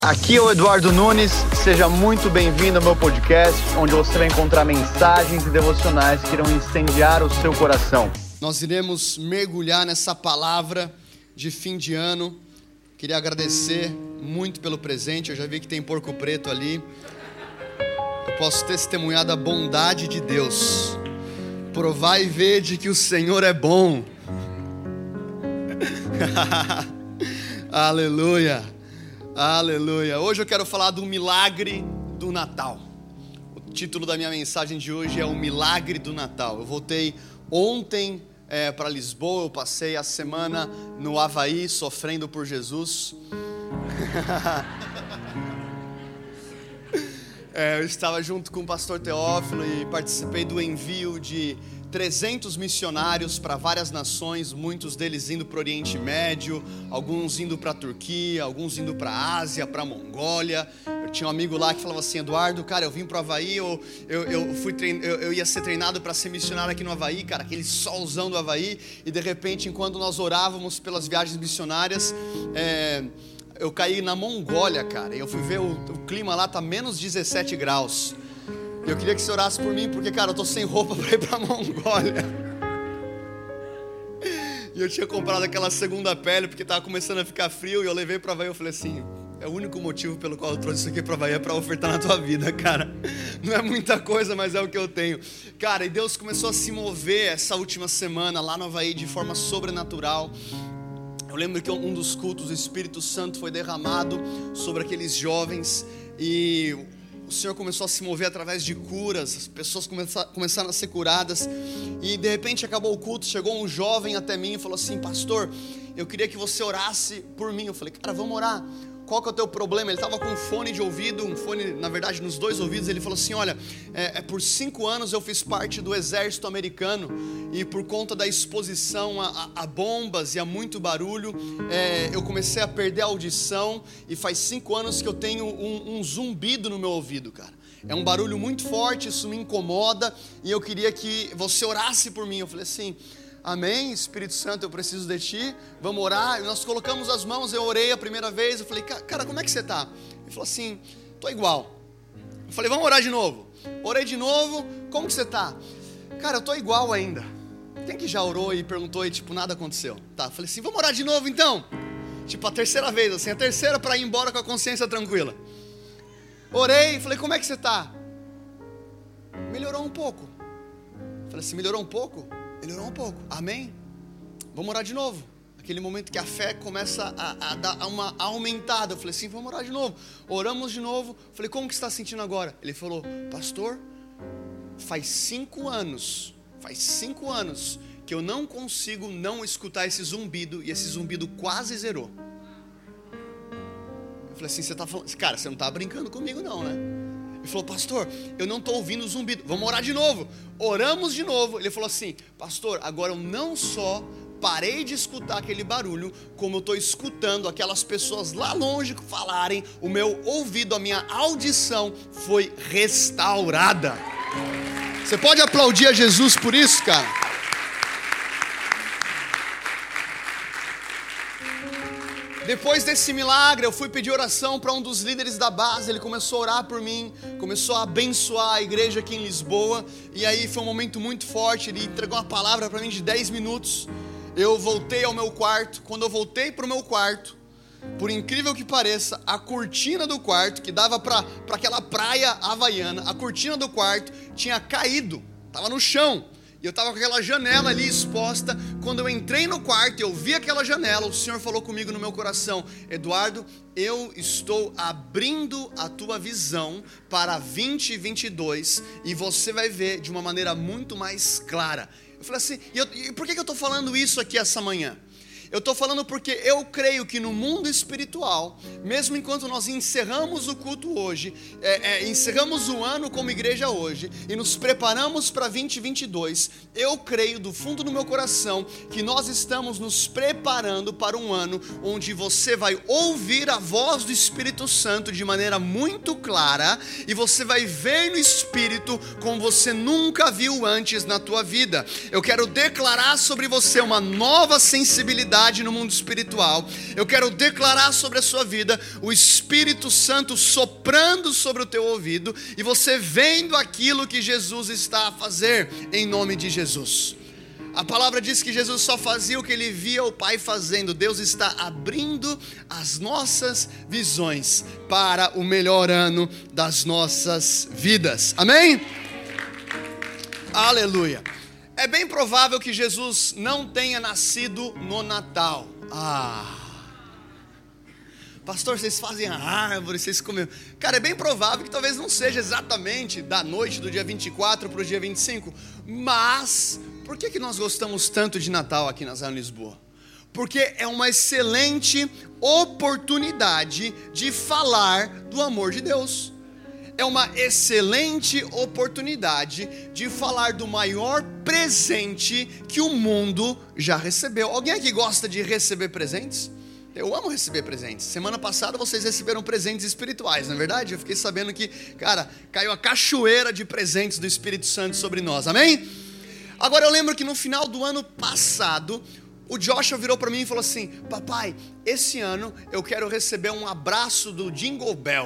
Aqui é o Eduardo Nunes, seja muito bem-vindo ao meu podcast, onde você vai encontrar mensagens e devocionais que irão incendiar o seu coração. Nós iremos mergulhar nessa palavra de fim de ano. Queria agradecer muito pelo presente, eu já vi que tem porco preto ali. Eu posso testemunhar da bondade de Deus. Provai e vede que o Senhor é bom. Aleluia. Aleluia. Hoje eu quero falar do milagre do Natal. O título da minha mensagem de hoje é o milagre do Natal. Eu voltei ontem para Lisboa, eu passei a semana no Havaí sofrendo por Jesus. Eu estava junto com o pastor Teófilo e participei do envio de 300 missionários para várias nações, muitos deles indo para o Oriente Médio, alguns indo para a Turquia, alguns indo para a Ásia, para a Mongólia. Eu tinha um amigo lá que falava assim: Eduardo, cara, eu vim para o Havaí, eu ia ser treinado para ser missionário aqui no Havaí, cara, aquele solzão do Havaí, e de repente, enquanto nós orávamos pelas viagens missionárias, eu caí na Mongólia, cara, e eu fui ver o clima lá, tá menos 17 graus. Eu queria que você orasse por mim, porque, cara, eu tô sem roupa para ir pra Mongólia. E eu tinha comprado aquela segunda pele, porque tava começando a ficar frio, e eu levei pra Havaí, eu falei assim: é o único motivo pelo qual eu trouxe isso aqui pra Havaí, é pra ofertar na tua vida, cara. Não é muita coisa, mas é o que eu tenho. Cara, e Deus começou a se mover essa última semana lá no Havaí de forma sobrenatural. Eu lembro que um dos cultos, o Espírito Santo foi derramado sobre aqueles jovens, e o Senhor começou a se mover através de curas, as pessoas começaram a ser curadas, e de repente acabou o culto, chegou um jovem até mim e falou assim: pastor, eu queria que você orasse por mim. Eu falei: cara, vamos orar. Qual que é o teu problema? Ele estava com um fone de ouvido, um fone, na verdade, nos dois ouvidos. Ele falou assim: olha, por 5 anos eu fiz parte do exército americano, e por conta da exposição a bombas e a muito barulho, eu comecei a perder a audição, e faz 5 anos que eu tenho um zumbido no meu ouvido, cara. É um barulho muito forte, isso me incomoda, e eu queria que você orasse por mim. Eu falei assim: amém, Espírito Santo, eu preciso de ti, vamos orar. E nós colocamos as mãos, eu orei a primeira vez, eu falei: cara, como é que você está? Ele falou assim: tô igual. Eu falei: vamos orar de novo. Orei de novo: como que você está? Cara, eu tô igual ainda. Quem que já orou e perguntou e tipo, nada aconteceu? Tá, eu falei assim: vamos orar de novo então? Tipo, a terceira vez, assim, a terceira para ir embora com a consciência tranquila. Orei, falei: como é que você está? Melhorou um pouco. Eu falei assim: melhorou um pouco? Melhorou um pouco, amém? Vamos orar de novo. Aquele momento que a fé começa a dar uma aumentada. Eu falei assim: vamos orar de novo. Oramos de novo. Falei: como que você está sentindo agora? Ele falou: pastor, faz 5 anos que eu não consigo não escutar esse zumbido, e esse zumbido quase zerou. Eu falei assim: você está falando, cara, você não está brincando comigo não, né? Ele falou: pastor, eu não estou ouvindo o zumbido. Vamos orar de novo. Oramos de novo. Ele falou assim: pastor, agora eu não só parei de escutar aquele barulho, como eu estou escutando aquelas pessoas lá longe falarem, o meu ouvido, a minha audição foi restaurada. Você pode aplaudir a Jesus por isso, cara? Depois desse milagre, eu fui pedir oração para um dos líderes da base. Ele começou a orar por mim, começou a abençoar a igreja aqui em Lisboa. E aí foi um momento muito forte. Ele entregou uma palavra para mim de 10 minutos. Eu voltei ao meu quarto. Quando eu voltei para o meu quarto, por incrível que pareça, a cortina do quarto, que dava para aquela praia havaiana, a cortina do quarto tinha caído, estava no chão. E eu estava com aquela janela ali exposta. Quando eu entrei no quarto e eu vi aquela janela, o Senhor falou comigo no meu coração: Eduardo, eu estou abrindo a tua visão para 2022, e você vai ver de uma maneira muito mais clara. Eu falei assim: e por que eu estou falando isso aqui essa manhã? Eu estou falando porque eu creio que no mundo espiritual, mesmo enquanto nós encerramos o culto hoje, encerramos o ano como igreja hoje, e nos preparamos para 2022, eu creio do fundo do meu coração que nós estamos nos preparando para um ano onde você vai ouvir a voz do Espírito Santo de maneira muito clara, e você vai ver no Espírito como você nunca viu antes na tua vida. Eu quero declarar sobre você uma nova sensibilidade autoridade no mundo espiritual. Eu quero declarar sobre a sua vida o Espírito Santo soprando sobre o teu ouvido e você vendo aquilo que Jesus está a fazer em nome de Jesus. A palavra diz que Jesus só fazia o que ele via o Pai fazendo. Deus está abrindo as nossas visões para o melhor ano das nossas vidas. Amém? Aleluia. É bem provável que Jesus não tenha nascido no Natal. Pastor, vocês fazem a árvore, vocês comem. Cara, é bem provável que talvez não seja exatamente da noite do dia 24 para o dia 25. Mas, por que nós gostamos tanto de Natal aqui na Zion Lisboa? Porque é uma excelente oportunidade de falar do amor de Deus. É uma excelente oportunidade de falar do maior presente que o mundo já recebeu. Alguém aqui gosta de receber presentes? Eu amo receber presentes. Semana passada vocês receberam presentes espirituais, não é verdade? Eu fiquei sabendo que, cara, caiu a cachoeira de presentes do Espírito Santo sobre nós, amém? Agora eu lembro que no final do ano passado, o Joshua virou para mim e falou assim: papai, esse ano eu quero receber um abraço do Jingle Bell.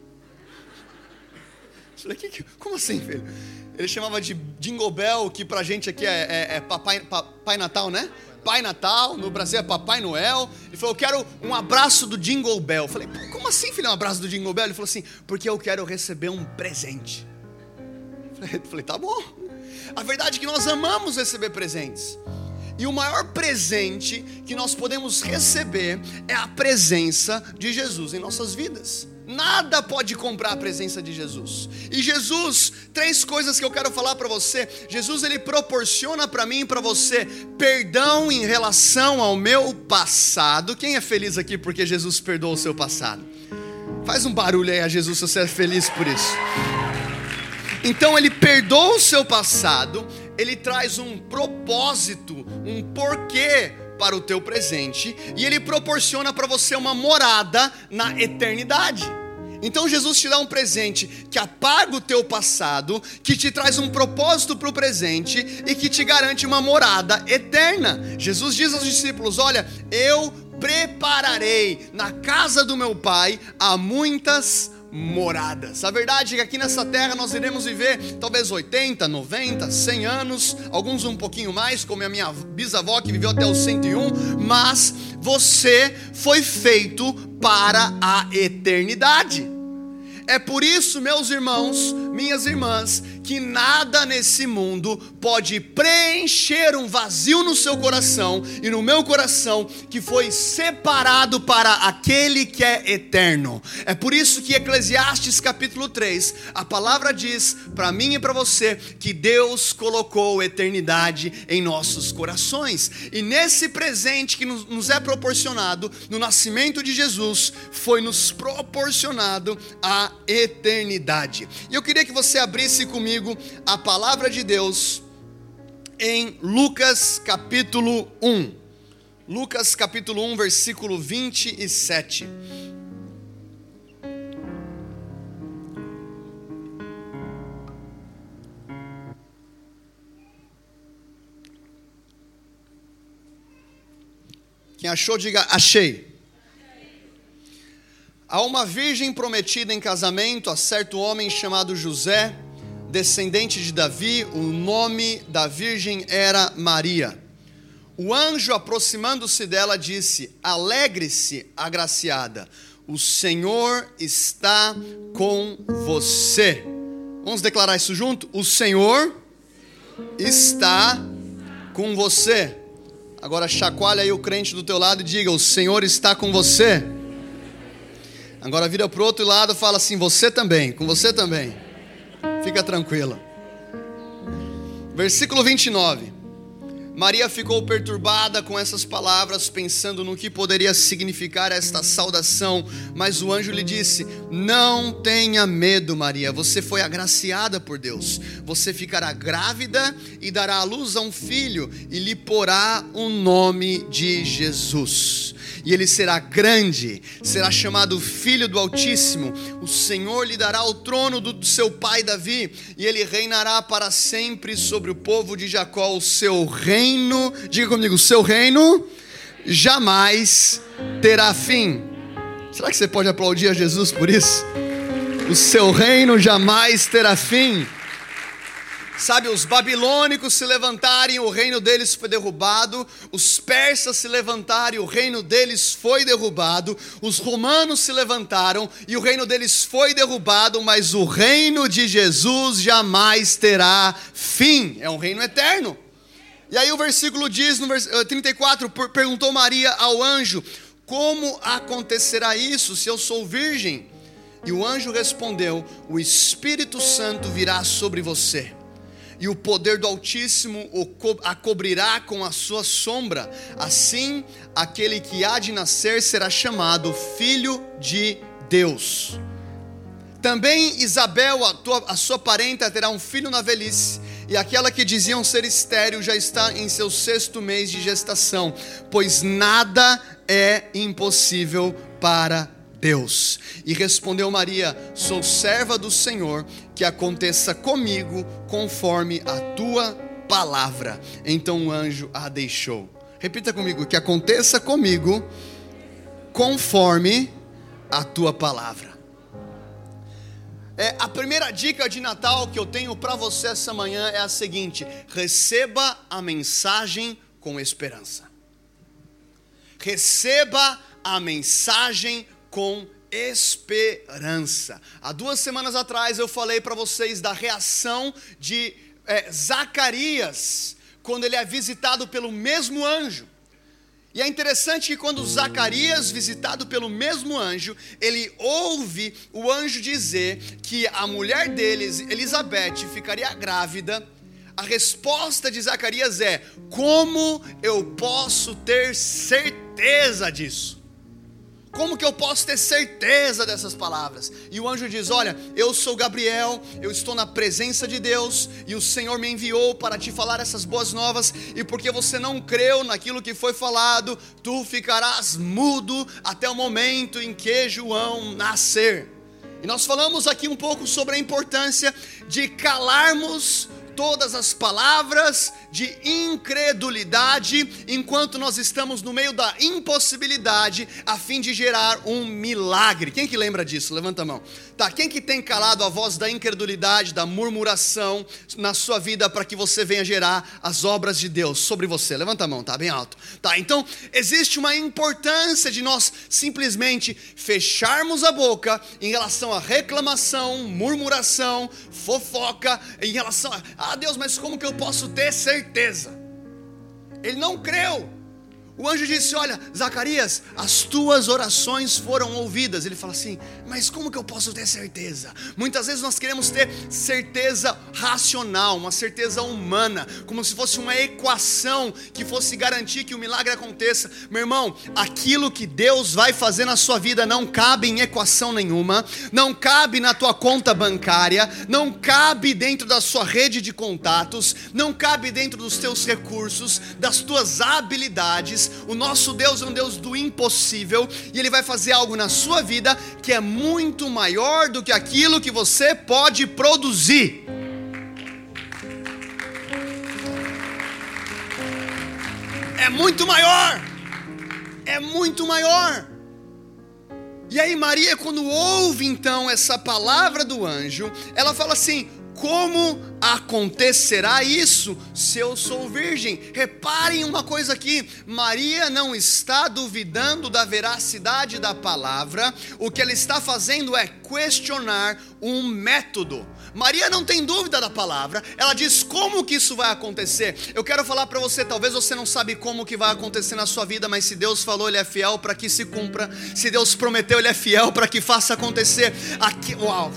Eu falei, como assim, filho? Ele chamava de Jingle Bell, que pra gente aqui é Pai Natal, né? Pai Natal, no Brasil é Papai Noel. Ele falou, eu quero um abraço do Jingle Bell. Eu falei, como assim, filho, um abraço do Jingle Bell? Ele falou assim, porque eu quero receber um presente. Eu falei, tá bom. A verdade é que nós amamos receber presentes. E o maior presente que nós podemos receber é a presença de Jesus em nossas vidas. Nada pode comprar a presença de Jesus. E Jesus, 3 coisas que eu quero falar para você. Jesus, ele proporciona para mim e para você perdão em relação ao meu passado. Quem é feliz aqui porque Jesus perdoou o seu passado? Faz um barulho aí a Jesus se você é feliz por isso. Então ele perdoa o seu passado. Ele traz um propósito, um porquê para o teu presente, e ele proporciona para você uma morada na eternidade. Então Jesus te dá um presente que apaga o teu passado, que te traz um propósito para o presente e que te garante uma morada eterna. Jesus diz aos discípulos, olha, eu prepararei na casa do meu Pai há muitas moradas. A verdade é que aqui nessa terra nós iremos viver talvez 80, 90, 100 anos, alguns um pouquinho mais, como a minha bisavó que viveu até os 101, mas você foi feito para a eternidade. É por isso, meus irmãos, minhas irmãs, que nada nesse mundo pode preencher um vazio no seu coração e no meu coração que foi separado para aquele que é eterno. É por isso que Eclesiastes capítulo 3, a palavra diz para mim e para você que Deus colocou eternidade em nossos corações. E nesse presente que nos é proporcionado, no nascimento de Jesus, foi nos proporcionado a eternidade. E eu queria que você abrisse comigo a palavra de Deus em Lucas capítulo 1. Lucas capítulo 1, versículo 27. Quem achou, diga achei. Há uma virgem prometida em casamento a certo homem chamado José, descendente de Davi. O nome da virgem era Maria. O anjo, aproximando-se dela, disse: alegre-se, agraciada, o Senhor está com você. Vamos declarar isso junto? O Senhor está com você. Agora chacoalha aí o crente do teu lado e diga: o Senhor está com você. Agora vira para o outro lado e fala assim: você também, com você também. Fica tranquila. Versículo 29. Maria ficou perturbada com essas palavras, pensando no que poderia significar esta saudação. Mas o anjo lhe disse: não tenha medo, Maria, você foi agraciada por Deus. Você ficará grávida e dará à luz a um filho, e lhe porá o nome de Jesus. E ele será grande, será chamado Filho do Altíssimo. O Senhor lhe dará o trono do seu pai Davi, e ele reinará para sempre sobre o povo de Jacó. O seu reino, diga comigo, o seu reino jamais terá fim. Será que você pode aplaudir a Jesus por isso? O seu reino jamais terá fim. Sabe, os babilônicos se levantarem, o reino deles foi derrubado. Os persas se levantarem, o reino deles foi derrubado. Os romanos se levantaram e o reino deles foi derrubado. Mas o reino de Jesus jamais terá fim. É um reino eterno. E aí o versículo diz, no 34, perguntou Maria ao anjo: como acontecerá isso se eu sou virgem? E o anjo respondeu: o Espírito Santo virá sobre você, e o poder do Altíssimo a cobrirá com a sua sombra. Assim, aquele que há de nascer será chamado Filho de Deus. Também Isabel, a sua parenta, terá um filho na velhice, e aquela que diziam ser estéril já está em seu 6º mês de gestação, pois nada é impossível para Deus. E respondeu Maria: sou serva do Senhor, que aconteça comigo conforme a tua palavra. Então o anjo a deixou. Repita comigo: que aconteça comigo conforme a tua palavra. A primeira dica de Natal que eu tenho para você essa manhã é a seguinte: receba a mensagem com esperança. Receba a mensagem com esperança. Há 2 semanas atrás eu falei para vocês da reação de Zacarias quando ele é visitado pelo mesmo anjo. E é interessante que quando Zacarias, visitado pelo mesmo anjo, ele ouve o anjo dizer que a mulher deles, Elizabeth, ficaria grávida. A resposta de Zacarias é: como eu posso ter certeza disso? Como que eu posso ter certeza dessas palavras? E o anjo diz: olha, eu sou Gabriel, eu estou na presença de Deus, e o Senhor me enviou para te falar essas boas novas, e porque você não creu naquilo que foi falado, tu ficarás mudo até o momento em que João nascer. E nós falamos aqui um pouco sobre a importância de calarmos todas as palavras de incredulidade enquanto nós estamos no meio da impossibilidade, a fim de gerar um milagre. Quem que lembra disso? Levanta a mão. Tá, quem que tem calado a voz da incredulidade, da murmuração na sua vida para que você venha gerar as obras de Deus sobre você? Levanta a mão, tá bem alto. Tá, então existe uma importância de nós simplesmente fecharmos a boca em relação à reclamação, murmuração, fofoca, em relação a Deus, mas como que eu posso ter certeza? Ele não creu. O anjo disse: olha, Zacarias, as tuas orações foram ouvidas. Ele fala assim: mas como que eu posso ter certeza? Muitas vezes nós queremos ter certeza racional, uma certeza humana, como se fosse uma equação que fosse garantir que o milagre aconteça. Meu irmão, aquilo que Deus vai fazer na sua vida não cabe em equação nenhuma, não cabe na tua conta bancária, não cabe dentro da sua rede de contatos, não cabe dentro dos teus recursos, das tuas habilidades. O nosso Deus é um Deus do impossível, e Ele vai fazer algo na sua vida que é muito maior do que aquilo que você pode produzir. É muito maior. É muito maior. E aí Maria, quando ouve então essa palavra do anjo, ela fala assim: como acontecerá isso se eu sou virgem? Reparem uma coisa aqui: Maria não está duvidando da veracidade da palavra. O que ela está fazendo é questionar um método. Maria não tem dúvida da palavra. Ela diz: como que isso vai acontecer? Eu quero falar para você, talvez você não sabe como que vai acontecer na sua vida, mas se Deus falou, Ele é fiel para que se cumpra. Se Deus prometeu, Ele é fiel para que faça acontecer. Aqui, uau!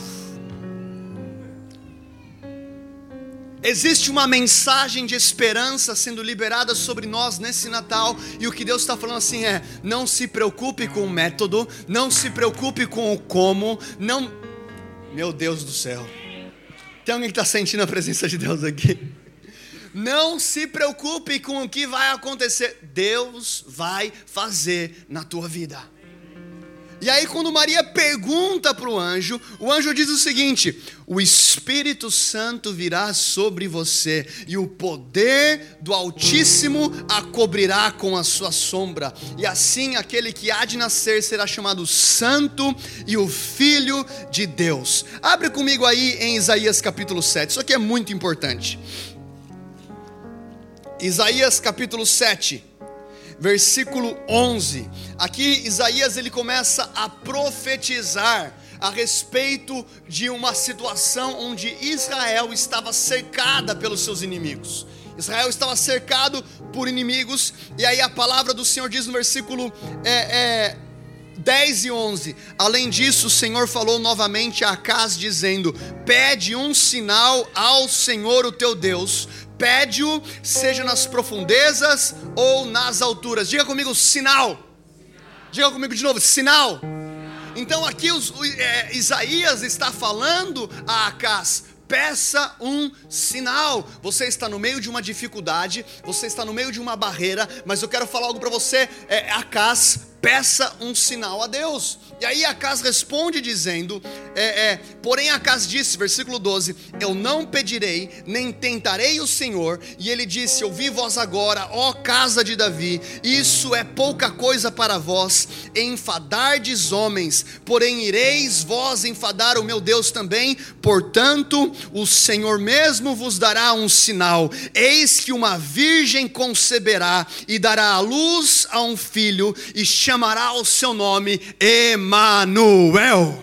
Existe uma mensagem de esperança sendo liberada sobre nós nesse Natal, e o que Deus está falando assim é: não se preocupe com o método, não se preocupe com o como, não... Meu Deus do céu, tem alguém que está sentindo a presença de Deus aqui? Não se preocupe com o que vai acontecer, Deus vai fazer na tua vida. E aí quando Maria pergunta para o anjo diz o seguinte: o Espírito Santo virá sobre você e o poder do Altíssimo a cobrirá com a sua sombra. E assim aquele que há de nascer será chamado Santo e o Filho de Deus. Abre comigo aí em Isaías capítulo 7, isso aqui é muito importante. Isaías capítulo 7. Versículo 11, aqui Isaías ele começa a profetizar a respeito de uma situação onde Israel estava cercada pelos seus inimigos. Israel estava cercado por inimigos, e aí a palavra do Senhor diz no versículo 10 e 11, além disso o Senhor falou novamente a Acaz dizendo: pede um sinal ao Senhor o teu Deus, pede-o, seja nas profundezas ou nas alturas. Diga comigo, sinal. Diga comigo de novo, sinal. Então aqui Isaías está falando a Acaz: peça um sinal. Você está no meio de uma dificuldade, você está no meio de uma barreira, mas eu quero falar algo para você, Acaz, peça um sinal a Deus. E aí Acaz responde dizendo, porém Acaz disse, versículo 12, eu não pedirei, nem tentarei o Senhor. E ele disse, ouvi vós agora, ó casa de Davi, isso é pouca coisa para vós, enfadardes homens, porém ireis vós enfadar o meu Deus também. Portanto, o Senhor mesmo vos dará um sinal, eis que uma virgem conceberá e dará à luz a um filho, e chamará o seu nome Emanuel.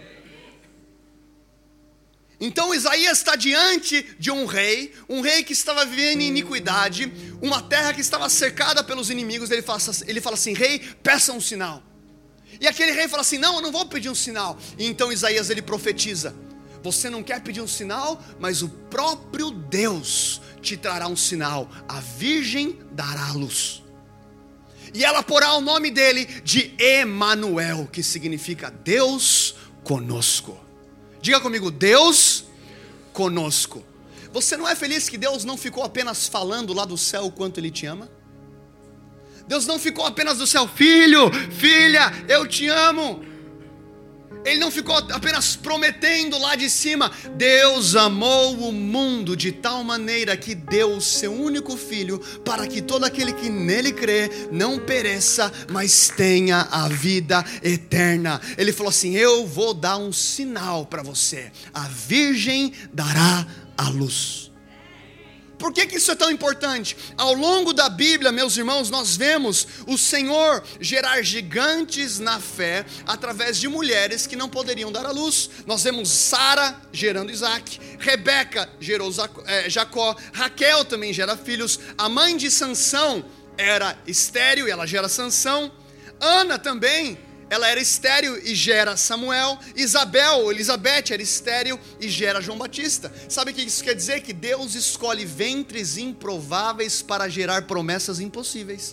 Então Isaías está diante de um rei que estava vivendo em iniquidade, uma terra que estava cercada pelos inimigos. Ele fala assim, rei, peça um sinal. E aquele rei fala assim, não, eu não vou pedir um sinal. E então Isaías ele profetiza, você não quer pedir um sinal, mas o próprio Deus te trará um sinal, a virgem dará à luz. E ela porá o nome dele de Emanuel, que significa Deus conosco. Diga comigo, Deus conosco. Você não é feliz que Deus não ficou apenas falando lá do céu o quanto Ele te ama? Deus não ficou apenas do céu, filho, filha, eu te amo. Ele não ficou apenas prometendo lá de cima. Deus amou o mundo de tal maneira que deu o seu único filho, para que todo aquele que nele crê não pereça, mas tenha a vida eterna. Ele falou assim, eu vou dar um sinal para você, a virgem dará à luz. Por que isso é tão importante? Ao longo da Bíblia, meus irmãos, nós vemos o Senhor gerar gigantes na fé através de mulheres que não poderiam dar à luz. Nós vemos Sara gerando Isaac, Rebeca gerou Jacó, Raquel também gera filhos, a mãe de Sansão era estéril e ela gera Sansão, Ana também, ela era estéril e gera Samuel. Elizabeth era estéril e gera João Batista. Sabe o que isso quer dizer? Que Deus escolhe ventres improváveis para gerar promessas impossíveis.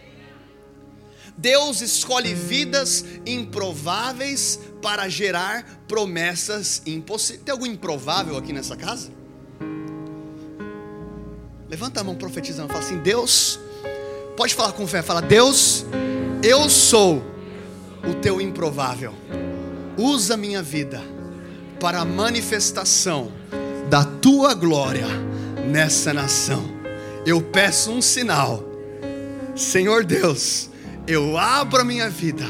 Deus escolhe vidas improváveis para gerar promessas impossíveis. Tem algum improvável aqui nessa casa? Levanta a mão profetizando, fala assim, Deus, pode falar com fé, fala, Deus, eu sou o teu improvável, usa minha vida para a manifestação da tua glória nessa nação. Eu peço um sinal, Senhor Deus, eu abro a minha vida.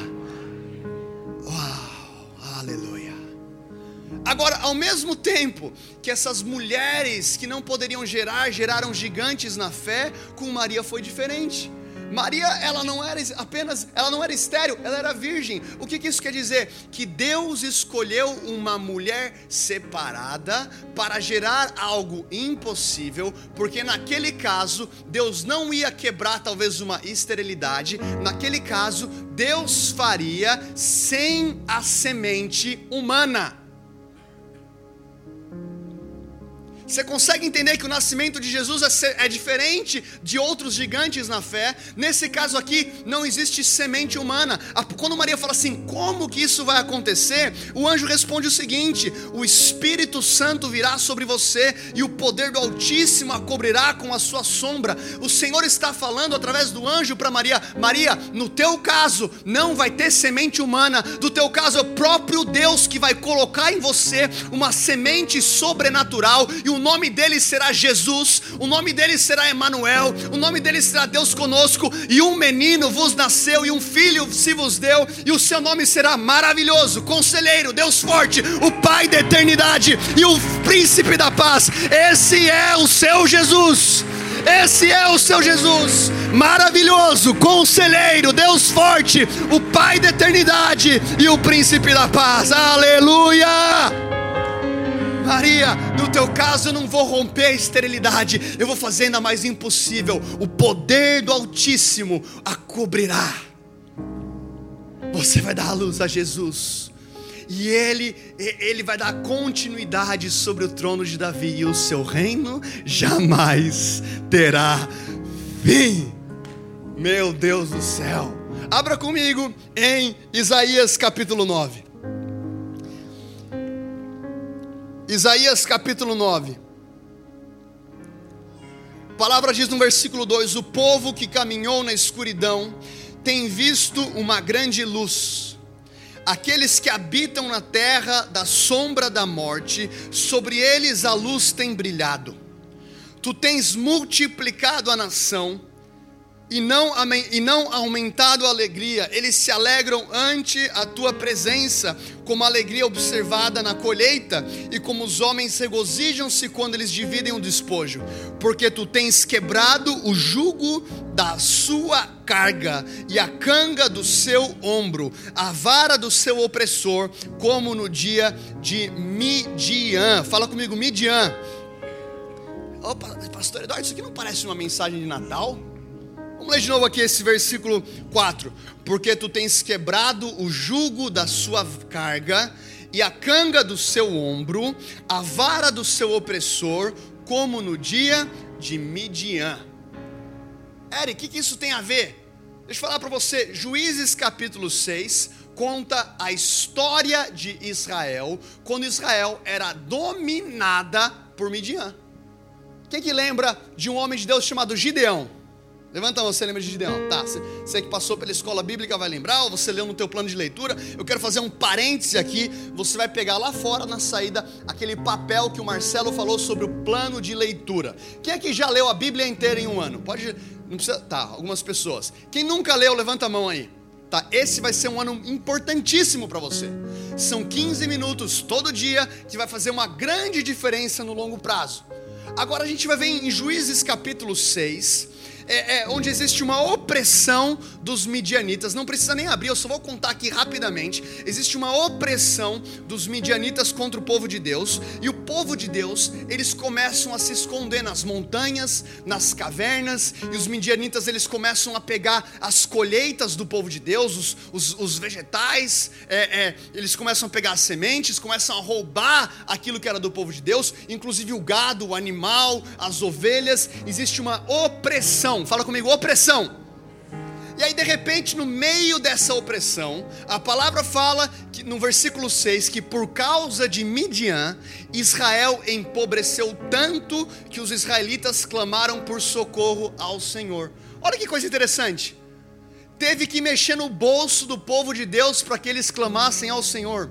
Uau, aleluia. Agora, ao mesmo tempo que essas mulheres que não poderiam geraram gigantes na fé, com Maria foi diferente. Maria, ela não era estéril, ela era virgem. O que isso quer dizer? Que Deus escolheu uma mulher separada para gerar algo impossível, porque naquele caso, Deus não ia quebrar talvez uma esterilidade. Naquele caso, Deus faria sem a semente humana. Você consegue entender que o nascimento de Jesus é diferente de outros gigantes na fé? Nesse caso aqui, não existe semente humana. Quando Maria fala assim, como que isso vai acontecer? O anjo responde o seguinte: o Espírito Santo virá sobre você e o poder do Altíssimo a cobrirá com a sua sombra. O Senhor está falando através do anjo para Maria: Maria, no teu caso não vai ter semente humana. Do teu caso é o próprio Deus que vai colocar em você uma semente sobrenatural, e o nome dele será Jesus, o nome dele será Emanuel, o nome dele será Deus conosco, e um menino vos nasceu, e um filho se vos deu, e o seu nome será Maravilhoso, Conselheiro, Deus Forte, o Pai da Eternidade e o Príncipe da Paz. Esse é o seu Jesus. Esse é o seu Jesus, maravilhoso, conselheiro, Deus forte, o Pai da eternidade e o Príncipe da paz. Aleluia! Maria, no teu caso eu não vou romper a esterilidade, eu vou fazer ainda mais impossível. O poder do Altíssimo a cobrirá. Você vai dar a luz a Jesus, e ele vai dar continuidade sobre o trono de Davi, e o seu reino jamais terá fim. Meu Deus do céu. Abra comigo em Isaías capítulo 9. Isaías capítulo 9. A palavra diz no versículo 2: o povo que caminhou na escuridão tem visto uma grande luz. Aqueles que habitam na terra da sombra da morte, sobre eles a luz tem brilhado. Tu tens multiplicado a nação e não aumentado a alegria. Eles se alegram ante a tua presença, como a alegria observada na colheita, e como os homens regozijam-se quando eles dividem o despojo. Porque tu tens quebrado o jugo da sua carga e a canga do seu ombro, a vara do seu opressor, como no dia de Midian. Fala comigo, Midian. Opa, pastor Eduardo, isso aqui não parece uma mensagem de Natal? Vamos ler de novo aqui esse versículo 4. Porque tu tens quebrado o jugo da sua carga e a canga do seu ombro, a vara do seu opressor, como no dia de Midian. Eric, o que isso tem a ver? Deixa eu falar para você. Juízes capítulo 6 conta a história de Israel, quando Israel era dominada por Midian. Quem que lembra de um homem de Deus chamado Gideão? Levanta a mão, você lembra de Gideão? Tá, você que passou pela escola bíblica vai lembrar, ou você leu no teu plano de leitura. Eu quero fazer um parêntese aqui. Você vai pegar lá fora na saída aquele papel que o Marcelo falou sobre o plano de leitura. Quem é que já leu a Bíblia inteira em um ano? Pode, não precisa, tá, algumas pessoas. Quem nunca leu, levanta a mão aí. Tá, esse vai ser um ano importantíssimo para você. São 15 minutos todo dia que vai fazer uma grande diferença no longo prazo. Agora a gente vai ver em Juízes capítulo 6, onde existe uma opressão dos midianitas. Não precisa nem abrir, eu só vou contar aqui rapidamente. Existe uma opressão dos midianitas contra o povo de Deus. E o povo de Deus, eles começam a se esconder nas montanhas, nas cavernas. E os midianitas, eles começam a pegar as colheitas do povo de Deus, os vegetais. Eles começam a pegar as sementes, começam a roubar aquilo que era do povo de Deus, inclusive o gado, o animal, as ovelhas. Existe uma opressão. Fala comigo, opressão. E aí de repente, no meio dessa opressão, a palavra fala que, no versículo 6, que por causa de Midian, Israel empobreceu tanto que os israelitas clamaram por socorro ao Senhor. Olha que coisa interessante. Teve que mexer no bolso do povo de Deus para que eles clamassem ao Senhor.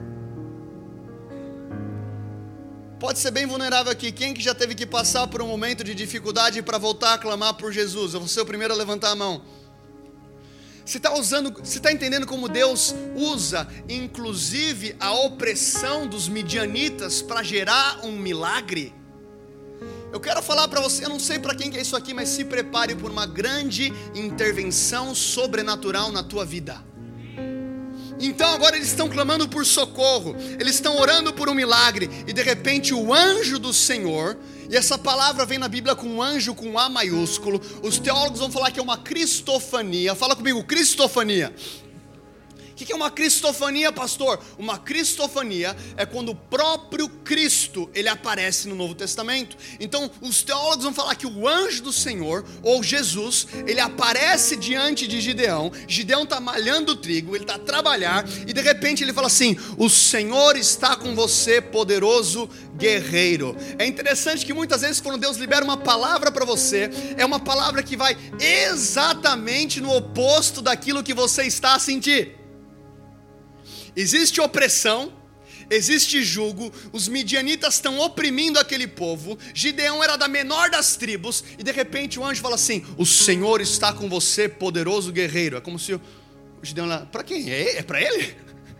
Pode ser bem vulnerável aqui. Quem que já teve que passar por um momento de dificuldade para voltar a clamar por Jesus? Eu vou ser o primeiro a levantar a mão. Você está entendendo como Deus usa, inclusive, a opressão dos midianitas para gerar um milagre? Eu quero falar para você, eu não sei para quem que é isso aqui, mas se prepare por uma grande intervenção sobrenatural na tua vida. Então agora eles estão clamando por socorro, eles estão orando por um milagre, e de repente o anjo do Senhor, e essa palavra vem na Bíblia com um anjo com A maiúsculo, os teólogos vão falar que é uma cristofania. Fala comigo, cristofania. O que é uma cristofania, pastor? Uma cristofania é quando o próprio Cristo, ele aparece no Novo Testamento. Então, os teólogos vão falar que o anjo do Senhor, ou Jesus, ele aparece diante de Gideão. Gideão está malhando o trigo, ele está a trabalhar, e de repente ele fala assim: o Senhor está com você, poderoso guerreiro. É interessante que muitas vezes quando Deus libera uma palavra para você, é uma palavra que vai exatamente no oposto daquilo que você está a sentir. Existe opressão, existe jugo, os midianitas estão oprimindo aquele povo, Gideão era da menor das tribos, e de repente o anjo fala assim: o Senhor está com você, poderoso guerreiro. É como se o Gideão lá, para quem? É para ele?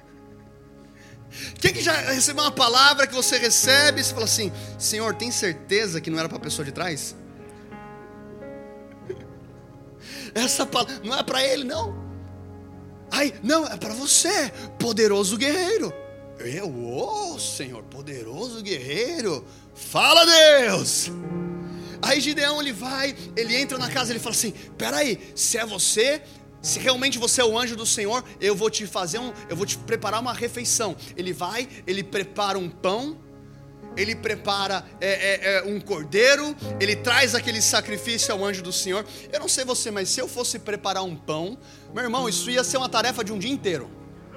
Quem que já recebeu uma palavra que você recebe e você fala assim: Senhor, tem certeza que não era para a pessoa de trás? Essa palavra não é para ele, não. Ai, não, é para você, poderoso guerreiro. Senhor, poderoso guerreiro, fala, Deus. Aí Gideão, ele entra na casa, ele fala assim: peraí, se é você, se realmente você é o anjo do Senhor, eu vou te preparar uma refeição. Ele prepara um pão, ele prepara um cordeiro, ele traz aquele sacrifício ao anjo do Senhor. Eu não sei você, mas se eu fosse preparar um pão, meu irmão, isso ia ser uma tarefa de um dia inteiro.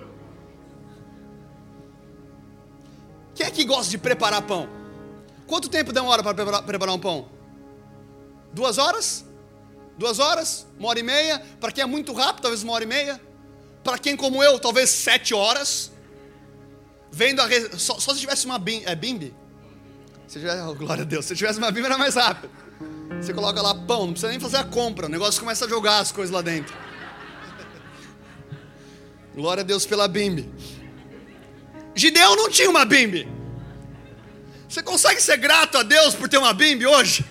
Quem é que gosta de preparar pão? Quanto tempo demora para preparar um pão? 2 horas? 2 horas? 1h30? Para quem é muito rápido, talvez 1h30. Para quem como eu, talvez 7 horas. Vendo só se tivesse uma bimbi. Glória a Deus, se tivesse uma bimbi era mais rápido. Você coloca lá pão, não precisa nem fazer a compra, o negócio começa a jogar as coisas lá dentro. Glória a Deus pela bimbi. Gideão não tinha uma bimbi. Você consegue ser grato a Deus por ter uma bimbi hoje?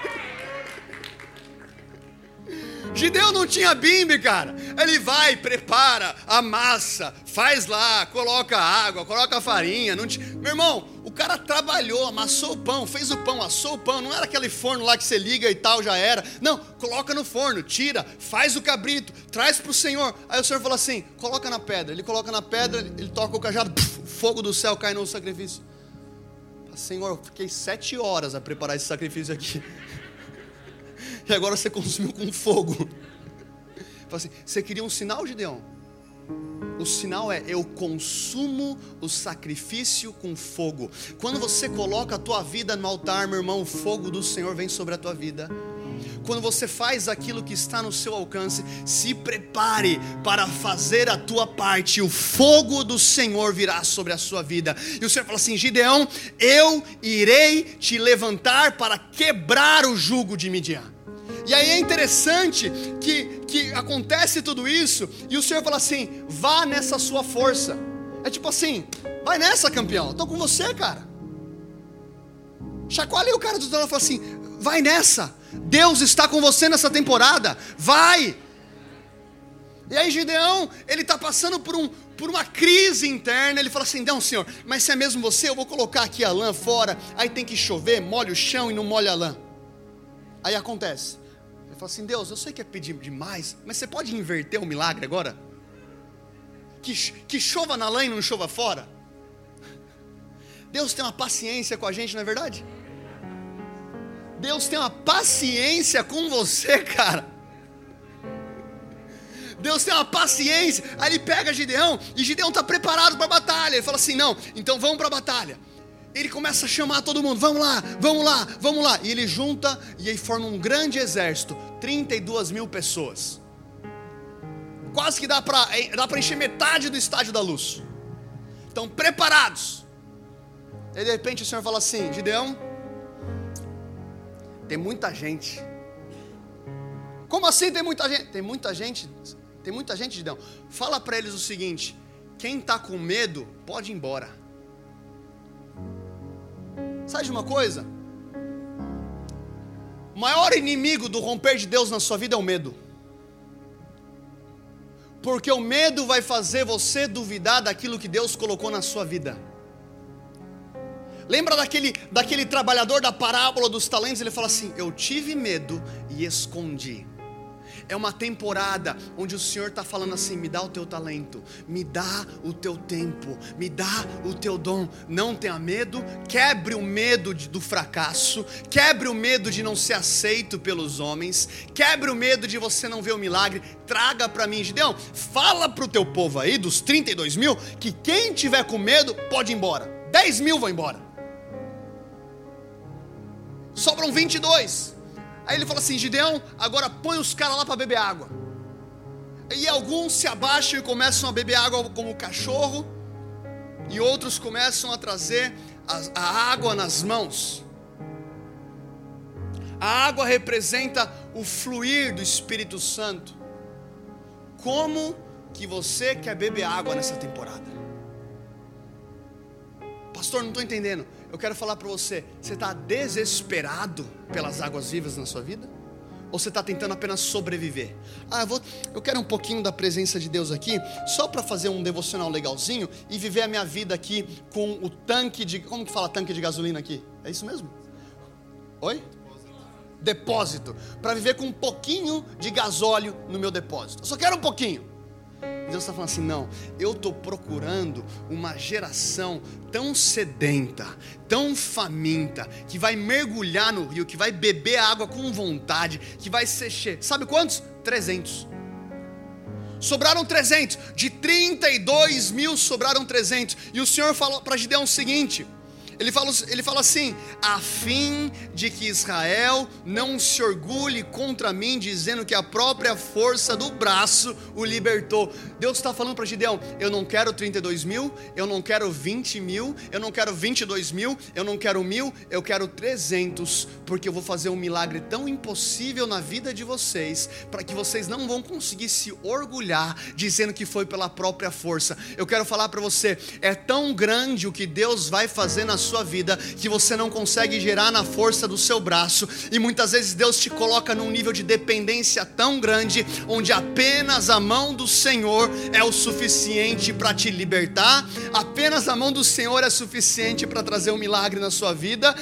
Gideão não tinha bimbi, cara. Ele vai, prepara, amassa, faz lá, coloca água, coloca farinha. Meu irmão, o cara trabalhou, amassou o pão, fez o pão, assou o pão. Não era aquele forno lá que você liga e tal, já era. Não, coloca no forno, tira, faz o cabrito, traz para o Senhor. Aí o Senhor fala assim: coloca na pedra. Ele coloca na pedra, ele toca o cajado, fogo do céu cai no sacrifício. Senhor, eu fiquei 7 horas a preparar esse sacrifício aqui. E agora você consumiu com fogo. Fala assim: você queria um sinal, Gideão? O sinal é: eu consumo o sacrifício com fogo. Quando você coloca a tua vida no altar, meu irmão, o fogo do Senhor vem sobre a tua vida. Quando você faz aquilo que está no seu alcance, se prepare para fazer a tua parte. O fogo do Senhor virá sobre a sua vida. E o Senhor fala assim: Gideão, eu irei te levantar para quebrar o jugo de Midian. E aí é interessante que acontece tudo isso, e o Senhor fala assim: vá nessa sua força. É tipo assim: vai nessa, campeão, estou com você, cara. Chacoalha o cara do lado e fala assim: vai nessa, Deus está com você nessa temporada, vai. E aí Gideão, ele está passando por uma crise interna. Ele fala assim: não, Senhor, mas se é mesmo você, eu vou colocar aqui a lã fora. Aí tem que chover, molha o chão e não molha a lã. Aí acontece. Ele fala assim: Deus, eu sei que é pedir demais, mas você pode inverter o milagre agora? Que chova na lã e não chova fora? Deus tem uma paciência com a gente, não é verdade? Deus tem uma paciência com você, cara. Deus tem uma paciência. Aí ele pega Gideão, e Gideão está preparado para a batalha. Ele fala assim: não, então vamos para a batalha. Ele começa a chamar todo mundo: vamos lá, vamos lá, vamos lá. E ele junta, e aí forma um grande exército, 32.000 pessoas. Quase que dá para encher metade do Estádio da Luz. Estão preparados. E de repente o Senhor fala assim: Gideão, tem muita gente. Como assim tem muita gente? Tem muita gente, Gideão. Fala para eles o seguinte: quem está com medo pode ir embora. Sabe de uma coisa? O maior inimigo do romper de Deus na sua vida é o medo. Porque o medo vai fazer você duvidar daquilo que Deus colocou na sua vida. Lembra daquele trabalhador da parábola dos talentos? Ele fala assim: eu tive medo e escondi. é uma temporada onde o Senhor está falando assim: me dá o teu talento, me dá o teu tempo, me dá o teu dom. Não tenha medo, quebre o medo do fracasso, quebre o medo de não ser aceito pelos homens, quebre o medo de você não ver o milagre. Traga para mim, Gideão, fala para o teu povo aí, dos 32 mil, que quem tiver com medo pode ir embora. 10 mil vão embora, sobram 22. Aí ele fala assim: Gideão, agora põe os caras lá para beber água. E alguns se abaixam e começam a beber água como cachorro, e outros começam a trazer a água nas mãos. A água representa o fluir do Espírito Santo. Como que você quer beber água nessa temporada? Pastor, não estou entendendo. Eu quero falar para você: você está desesperado pelas águas vivas na sua vida? Ou você está tentando apenas sobreviver? Eu quero um pouquinho da presença de Deus aqui, só para fazer um devocional legalzinho e viver a minha vida aqui com o tanque de... Como que fala tanque de gasolina aqui? É isso mesmo? Oi? Depósito. Para viver com um pouquinho de gasóleo no meu depósito. Eu só quero um pouquinho. Deus está falando assim: não, eu estou procurando uma geração tão sedenta, tão faminta, que vai mergulhar no rio, que vai beber água com vontade, que vai ser cheio. Sabe quantos? 300. Sobraram 300, de 32 mil sobraram 300. E o Senhor falou para Gideão o seguinte: ele fala assim: a fim de que Israel não se orgulhe contra mim, dizendo que a própria força do braço o libertou. Deus está falando para Gideão: eu não quero 32 mil, eu não quero 20 mil, eu não quero 22 mil, eu não quero 1000, eu quero 300, porque eu vou fazer um milagre tão impossível na vida de vocês, para que vocês não vão conseguir se orgulhar, dizendo que foi pela própria força. Eu quero falar para você: é tão grande o que Deus vai fazer na sua vida, que você não consegue gerar na força do seu braço, e muitas vezes Deus te coloca num nível de dependência tão grande, onde apenas a mão do Senhor é o suficiente para te libertar, apenas a mão do Senhor é suficiente para trazer um milagre na sua vida.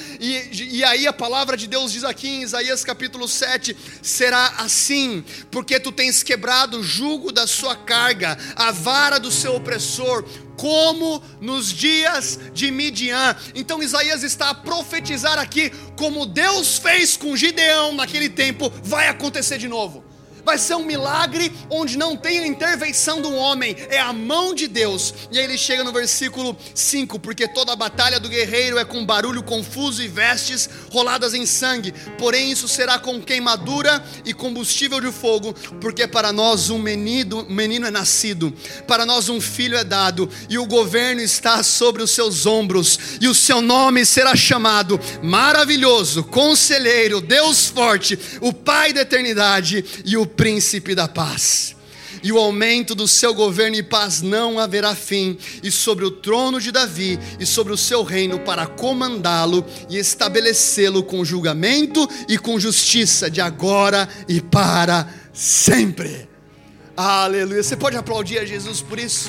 E aí a palavra de Deus diz aqui em Isaías capítulo 7, será assim, porque tu tens quebrado o jugo da sua carga, a vara do seu opressor, como nos dias de Midian. Então Isaías está a profetizar aqui: como Deus fez com Gideão naquele tempo, vai acontecer de novo. Vai ser um milagre onde não tem a intervenção do homem, é a mão de Deus. E aí ele chega no versículo 5: porque toda a batalha do guerreiro é com barulho confuso e vestes roladas em sangue, porém isso será com queimadura e combustível de fogo, porque para nós um menino é nascido, para nós um filho é dado, e o governo está sobre os seus ombros, e o seu nome será chamado Maravilhoso, Conselheiro, Deus Forte, o Pai da Eternidade e o Príncipe da Paz. E o aumento do seu governo e paz não haverá fim, e sobre o trono de Davi e sobre o seu reino, para comandá-lo e estabelecê-lo com julgamento e com justiça, de agora e para sempre. Aleluia. Você pode aplaudir a Jesus por isso?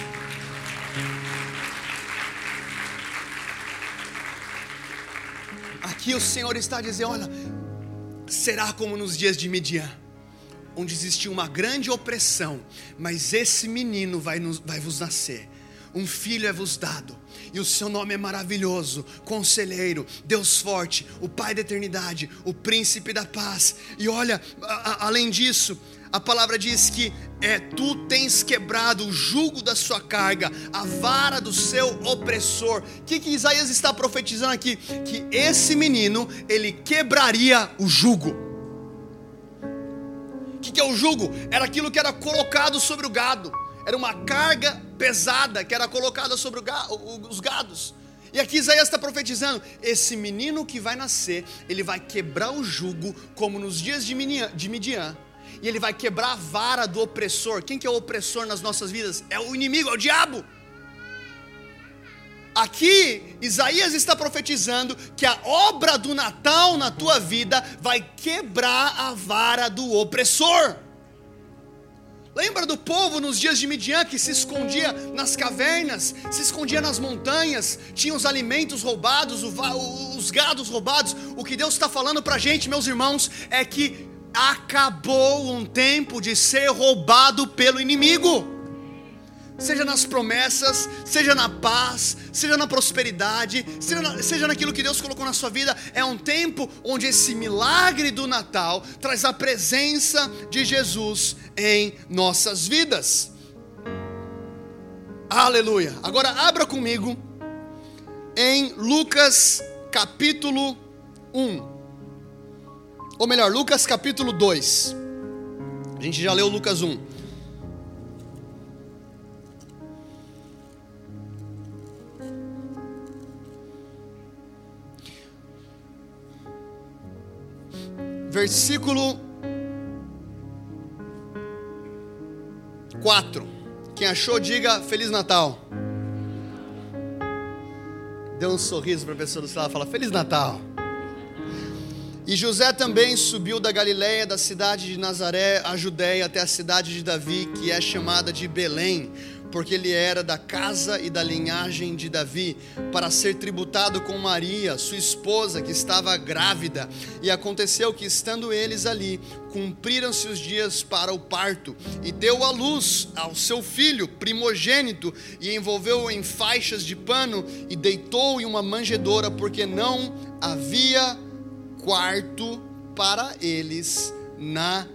Aqui o Senhor está dizendo: olha, será como nos dias de Midian, onde existia uma grande opressão, mas esse menino vai vos nascer, um filho é vos dado, e o seu nome é maravilhoso, Conselheiro, Deus Forte, o Pai da Eternidade, o Príncipe da Paz. E olha, além disso, a palavra diz que tu tens quebrado o jugo da sua carga, a vara do seu opressor. O que Isaías está profetizando aqui? Que esse menino, ele quebraria o jugo. O que é o jugo? Era aquilo que era colocado sobre o gado, era uma carga pesada que era colocada sobre os gados. E aqui Isaías está profetizando: esse menino que vai nascer, ele vai quebrar o jugo como nos dias de Midian, e ele vai quebrar a vara do opressor. Quem que é o opressor nas nossas vidas? É o inimigo, é o diabo. Aqui Isaías está profetizando que a obra do Natal na tua vida vai quebrar a vara do opressor. Lembra do povo nos dias de Midian, que se escondia nas cavernas, se escondia nas montanhas, tinha os alimentos roubados, os gados roubados? O que Deus está falando para a gente, meus irmãos, é que acabou um tempo de ser roubado pelo inimigo. Seja nas promessas, seja na paz, seja na prosperidade, seja naquilo que Deus colocou na sua vida. É um tempo onde esse milagre do Natal traz a presença de Jesus em nossas vidas. Aleluia. Agora abra comigo em Lucas capítulo 1. Ou melhor, Lucas capítulo 2. A gente já leu Lucas 1. Versículo 4. Quem achou, diga Feliz Natal. Dê um sorriso para a pessoa do seu lado e fala Feliz Natal. E José também subiu da Galiléia, da cidade de Nazaré, a Judéia, até a cidade de Davi, que é chamada de Belém, porque ele era da casa e da linhagem de Davi, para ser tributado com Maria, sua esposa, que estava grávida. E aconteceu que, estando eles ali, cumpriram-se os dias para o parto, e deu à luz ao seu filho primogênito, e envolveu-o em faixas de pano, e deitou-o em uma manjedoura, porque não havia quarto para eles na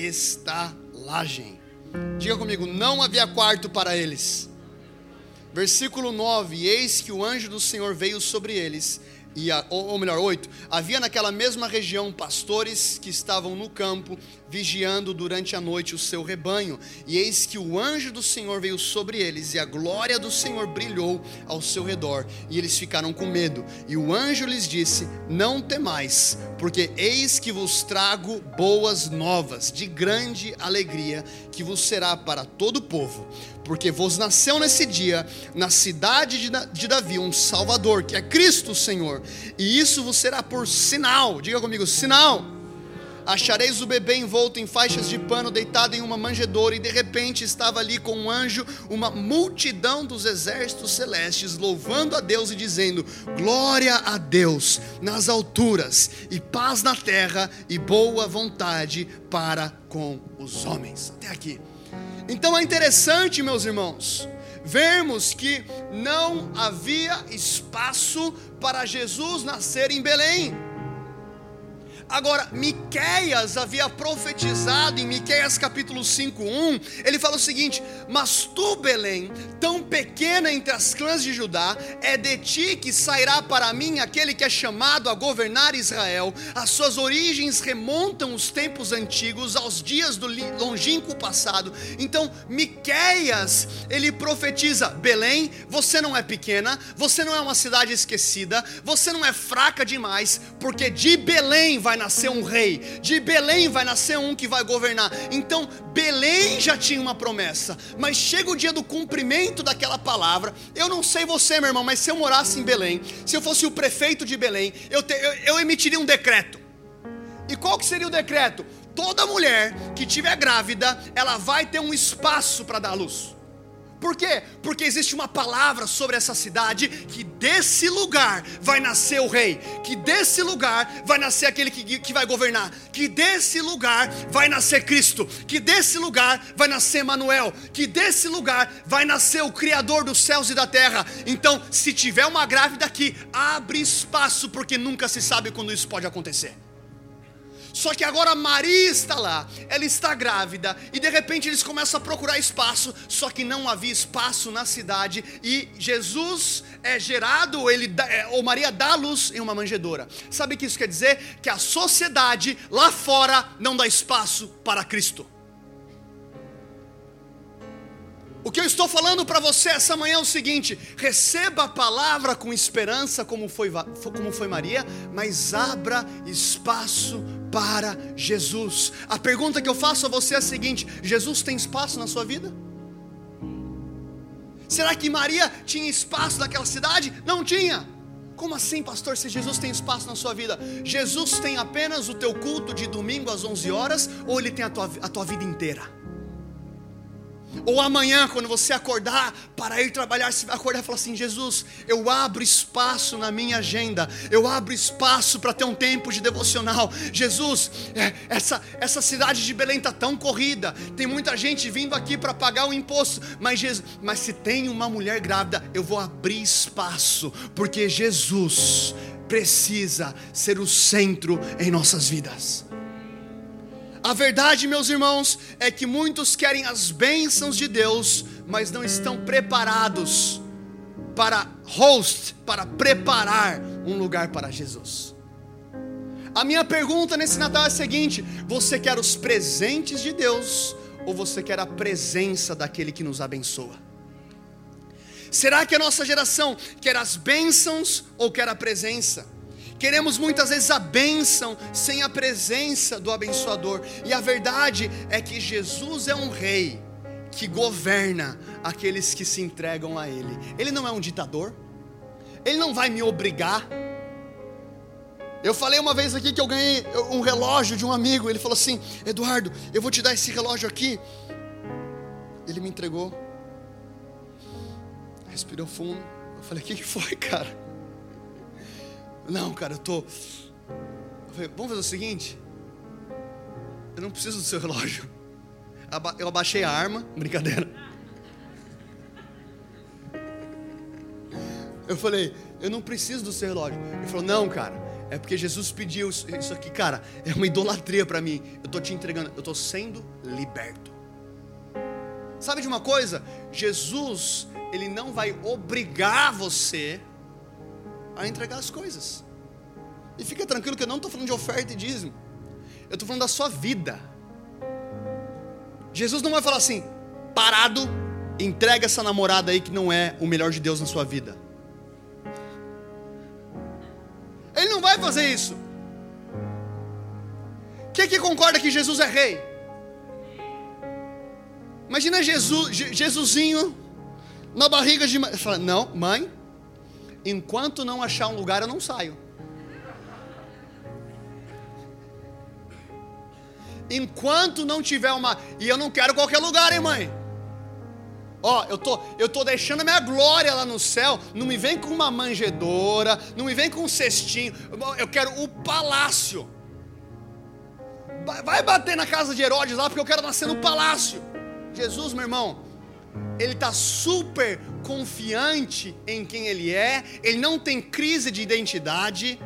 estalagem. Diga comigo, não havia quarto para eles. Versículo 9, eis que o anjo do Senhor veio sobre eles, ou melhor, 8, havia naquela mesma região pastores que estavam no campo, vigiando durante a noite o seu rebanho, e eis que o anjo do Senhor veio sobre eles, e a glória do Senhor brilhou ao seu redor, e eles ficaram com medo, e o anjo lhes disse, não temais, porque eis que vos trago boas novas, de grande alegria, que vos será para todo o povo, porque vos nasceu nesse dia, na cidade de Davi, um Salvador, que é Cristo o Senhor, e isso vos será por sinal. Diga comigo, sinal. Achareis o bebê envolto em faixas de pano, deitado em uma manjedoura, e de repente estava ali com um anjo, uma multidão dos exércitos celestes, louvando a Deus e dizendo, glória a Deus nas alturas, e paz na terra, e boa vontade para com os homens. Até aqui. Então é interessante, meus irmãos, vermos que não havia espaço para Jesus nascer em Belém. Agora, Miqueias havia profetizado em Miqueias capítulo 5:1, ele fala o seguinte, mas tu, Belém, tão pequena entre as clãs de Judá, é de ti que sairá para mim aquele que é chamado a governar Israel, as suas origens remontam os tempos antigos, aos dias do longínquo passado. Então, Miqueias, ele profetiza, Belém, você não é pequena, você não é uma cidade esquecida, você não é fraca demais, porque de Belém vai nascer um rei, de Belém vai nascer um que vai governar. Então Belém já tinha uma promessa, mas chega o dia do cumprimento daquela palavra. Eu não sei você, meu irmão, mas se eu morasse em Belém, se eu fosse o prefeito de Belém, eu emitiria um decreto. E qual que seria o decreto? Toda mulher que estiver grávida, ela vai ter um espaço para dar à luz. Por quê? Porque existe uma palavra sobre essa cidade, que desse lugar vai nascer o rei, que desse lugar vai nascer aquele que vai governar, que desse lugar vai nascer Cristo, que desse lugar vai nascer Emanuel, que desse lugar vai nascer o Criador dos céus e da terra. Então, se tiver uma grávida aqui, abre espaço, porque nunca se sabe quando isso pode acontecer. Só que agora Maria está lá, ela está grávida, e de repente eles começam a procurar espaço, só que não havia espaço na cidade, e Jesus é gerado, ou Maria dá luz em uma manjedoura. Sabe o que isso quer dizer? Que a sociedade lá fora não dá espaço para Cristo. O que eu estou falando para você essa manhã é o seguinte: receba a palavra com esperança, como foi Maria, mas abra espaço para Jesus. A pergunta que eu faço a você é a seguinte: Jesus tem espaço na sua vida? Será que Maria tinha espaço naquela cidade? Não tinha. Como assim, pastor, se Jesus tem espaço na sua vida? Jesus tem apenas o teu culto de domingo às 11 horas, ou Ele tem a tua vida inteira? Ou amanhã, quando você acordar para ir trabalhar, você vai acordar e falar assim: Jesus, eu abro espaço na minha agenda, eu abro espaço para ter um tempo de devocional. Jesus, essa cidade de Belém está tão corrida, tem muita gente vindo aqui para pagar o imposto, mas se tem uma mulher grávida, eu vou abrir espaço, porque Jesus precisa ser o centro em nossas vidas. A verdade, meus irmãos, é que muitos querem as bênçãos de Deus, mas não estão preparados para preparar um lugar para Jesus. A minha pergunta nesse Natal é a seguinte: você quer os presentes de Deus, ou você quer a presença daquele que nos abençoa? Será que a nossa geração quer as bênçãos ou quer a presença? Queremos muitas vezes a bênção sem a presença do abençoador. E a verdade é que Jesus é um rei que governa aqueles que se entregam a Ele. Ele não é um ditador. Ele não vai me obrigar. Eu falei uma vez aqui que eu ganhei um relógio de um amigo. Ele falou assim: Eduardo, eu vou te dar esse relógio aqui. Ele me entregou. Respirou fundo. Eu falei: o que foi, cara? Não, cara, eu falei: vamos fazer o seguinte, eu não preciso do seu relógio. Eu abaixei a arma, brincadeira. Eu falei: eu não preciso do seu relógio. Ele falou: não, cara, é porque Jesus pediu isso aqui, cara, é uma idolatria para mim. Eu estou te entregando, eu estou sendo liberto. Sabe de uma coisa? Jesus, Ele não vai obrigar você a entregar as coisas. E fica tranquilo que eu não estou falando de oferta e dízimo, eu estou falando da sua vida. Jesus não vai falar assim: parado, entrega essa namorada aí que não é o melhor de Deus na sua vida. Ele não vai fazer isso. Quem que concorda que Jesus é rei? Imagina Jesusinho na barriga de mãe. Fala: não, mãe, enquanto não achar um lugar eu não saio. Enquanto não tiver e eu não quero qualquer lugar, hein, mãe? Ó, eu tô deixando a minha glória lá no céu. Não me vem com uma manjedoura, não me vem com um cestinho. Eu quero o palácio. Vai bater na casa de Herodes lá, porque eu quero nascer no palácio. Jesus, meu irmão, Ele está super confiante em quem Ele é. Ele não tem crise de identidade.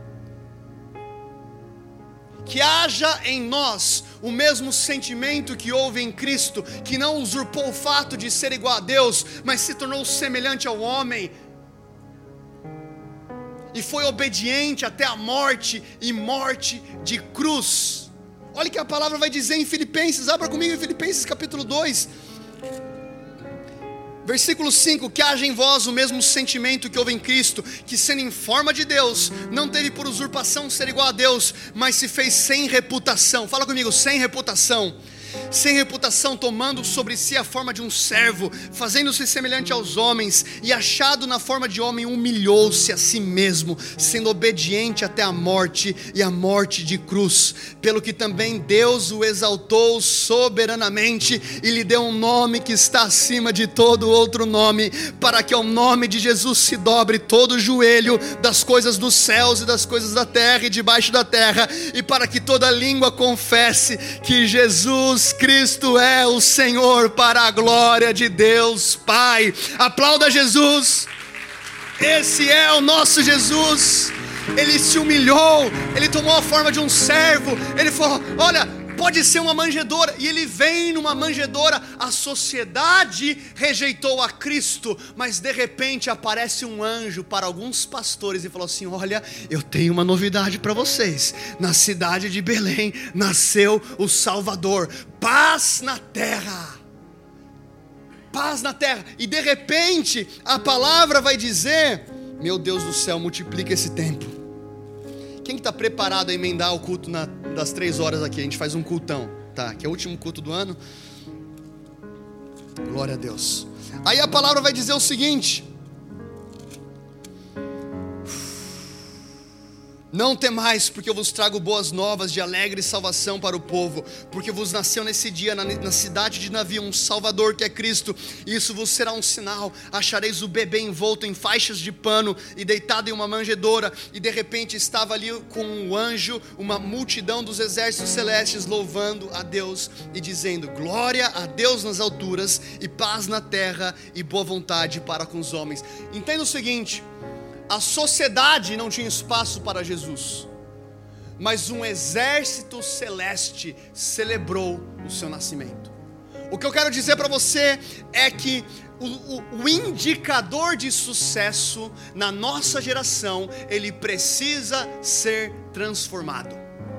Que haja em nós o mesmo sentimento que houve em Cristo, que não usurpou o fato de ser igual a Deus, mas se tornou semelhante ao homem, e foi obediente até a morte, e morte de cruz. Olha o que a palavra vai dizer em Filipenses. Abra comigo em Filipenses capítulo 2, versículo 5: que haja em vós o mesmo sentimento que houve em Cristo, que sendo em forma de Deus, não teve por usurpação ser igual a Deus, mas se fez sem reputação. Fala comigo: sem reputação. Sem reputação, tomando sobre si a forma de um servo, fazendo-se semelhante aos homens, e achado na forma de homem, humilhou-se a si mesmo, sendo obediente até a morte, e a morte de cruz. Pelo que também Deus o exaltou soberanamente, e lhe deu um nome que está acima de todo outro nome, para que ao nome de Jesus se dobre todo o joelho, das coisas dos céus e das coisas da terra e debaixo da terra, e para que toda língua confesse que Jesus Cristo é o Senhor, para a glória de Deus Pai. Aplauda Jesus. Esse é o nosso Jesus. Ele se humilhou, Ele tomou a forma de um servo. Ele falou: olha, pode ser uma manjedoura. E Ele vem numa manjedoura. A sociedade rejeitou a Cristo, mas de repente aparece um anjo para alguns pastores e falou assim: olha, eu tenho uma novidade para vocês. Na cidade de Belém nasceu o Salvador. Paz na terra. Paz na terra. E de repente a palavra vai dizer: meu Deus do céu, multiplica esse tempo. Quem está preparado a emendar o culto das 3 horas aqui? A gente faz um cultão, tá? Que é o último culto do ano. Glória a Deus. Aí a palavra vai dizer o seguinte: Não temais, porque eu vos trago boas novas de alegre salvação para o povo, porque vos nasceu nesse dia na cidade de Davi um Salvador, que é Cristo. Isso vos será um sinal: achareis o bebê envolto em faixas de pano e deitado em uma manjedoura. E de repente estava ali com um anjo, uma multidão dos exércitos celestes, louvando a Deus e dizendo: glória a Deus nas alturas e paz na terra e boa vontade para com os homens. Entenda o seguinte: a sociedade não tinha espaço para Jesus, mas um exército celeste celebrou o seu nascimento. O que eu quero dizer para você é que o indicador de sucesso na nossa geração, ele precisa ser transformado.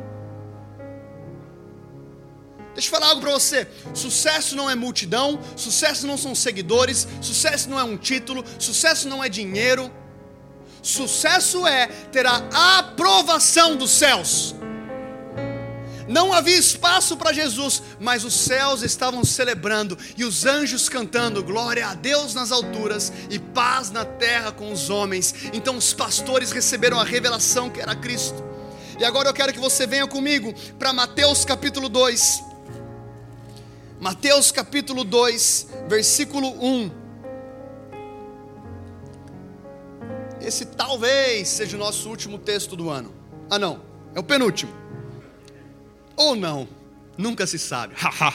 Deixa eu falar algo para você: sucesso não é multidão, sucesso não são seguidores, sucesso não é um título, sucesso não é dinheiro. Sucesso é ter a aprovação dos céus. Não havia espaço para Jesus, mas os céus estavam celebrando e os anjos cantando: glória a Deus nas alturas e paz na terra com os homens. Então os pastores receberam a revelação que era Cristo. E agora eu quero que você venha comigo para Mateus capítulo 2. Mateus capítulo 2, versículo 1. Esse talvez seja o nosso último texto do ano. Ah não, é o penúltimo. Ou não, nunca se sabe.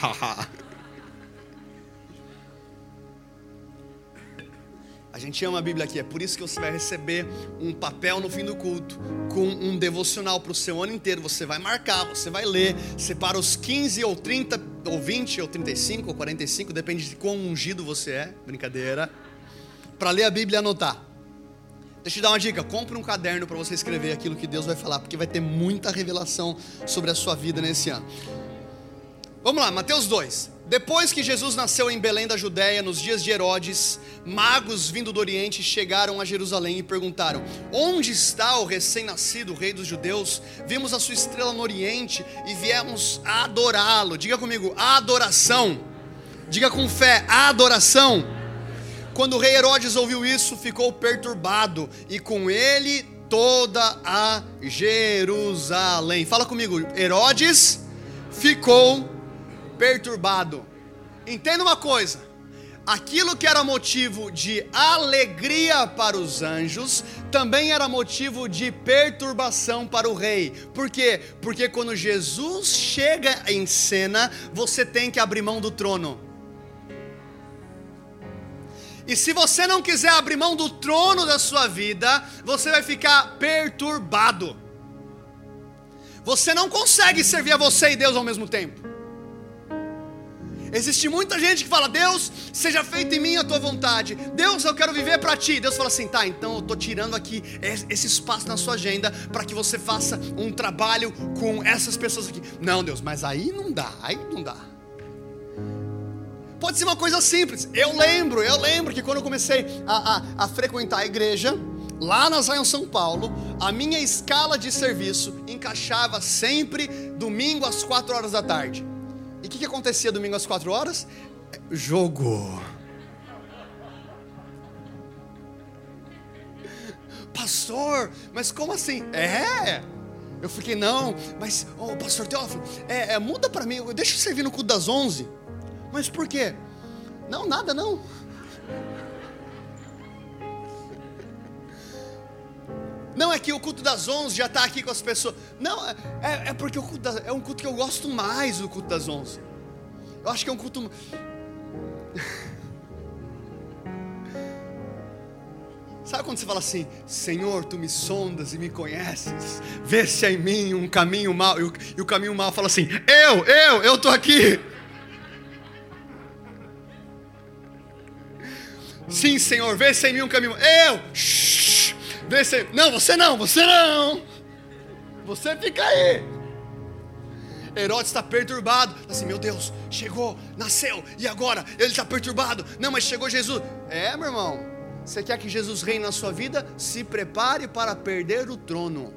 A gente ama a Bíblia aqui, é por isso que você vai receber um papel no fim do culto, com um devocional para o seu ano inteiro. Você vai marcar, você vai ler, separa os 15 ou 30, ou 20, ou 35, ou 45, depende de quão ungido você é, brincadeira, para ler a Bíblia e anotar. Deixa eu te dar uma dica: compre um caderno para você escrever aquilo que Deus vai falar, porque vai ter muita revelação sobre a sua vida nesse ano. Vamos lá, Mateus 2. Depois que Jesus nasceu em Belém da Judéia, nos dias de Herodes, magos vindo do Oriente chegaram a Jerusalém e perguntaram: onde está o recém-nascido rei dos judeus? Vimos a sua estrela no Oriente e viemos adorá-lo. Diga comigo: adoração. Diga com fé: adoração. Quando o rei Herodes ouviu isso, ficou perturbado, e com ele toda a Jerusalém. Fala comigo: Herodes ficou perturbado. Entenda uma coisa: aquilo que era motivo de alegria para os anjos, também era motivo de perturbação para o rei. Por quê? Porque quando Jesus chega em cena, você tem que abrir mão do trono. E se você não quiser abrir mão do trono da sua vida, você vai ficar perturbado. Você não consegue servir a você e Deus ao mesmo tempo. Existe muita gente que fala: Deus, seja feita em mim a tua vontade. Deus, eu quero viver para ti. Deus fala assim: tá, então eu estou tirando aqui esse espaço na sua agenda para que você faça um trabalho com essas pessoas aqui. Não, Deus, mas aí não dá, Pode ser uma coisa simples. Eu lembro que quando eu comecei a frequentar a igreja, lá na Zion São Paulo, a minha escala de serviço encaixava sempre domingo às 4 horas da tarde. E o que acontecia domingo às 4 horas? Jogo. Pastor, mas como assim? Eu fiquei: não, mas pastor Teófilo, muda para mim, deixa eu servir no culto das 11. Mas por quê? Não, nada não. Não, é que o culto das 11 já está aqui com as pessoas. Não, é porque o culto é um culto que eu gosto mais, o culto das 11. Eu acho que é um culto... Sabe quando você fala assim: Senhor, tu me sondas e me conheces, vê se há em mim um caminho mau. E o caminho mau fala assim: eu estou aqui. Sim, Senhor, vê se há em mim um caminho. Vê se... Não, você não. Você fica aí. Herodes está perturbado, assim: meu Deus, chegou, nasceu, e agora? Ele está perturbado. Não, mas chegou Jesus. Meu irmão, você quer que Jesus reine na sua vida? Se prepare para perder o trono.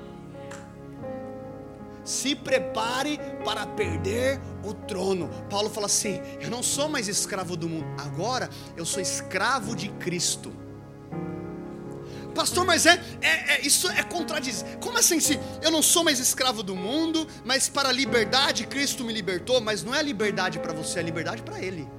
Se prepare para perder o trono. Paulo fala assim: eu não sou mais escravo do mundo, agora eu sou escravo de Cristo. Pastor, mas isso é contradiz. Como assim, se eu não sou mais escravo do mundo, mas para a liberdade Cristo me libertou? Mas não é liberdade para você, é liberdade para Ele.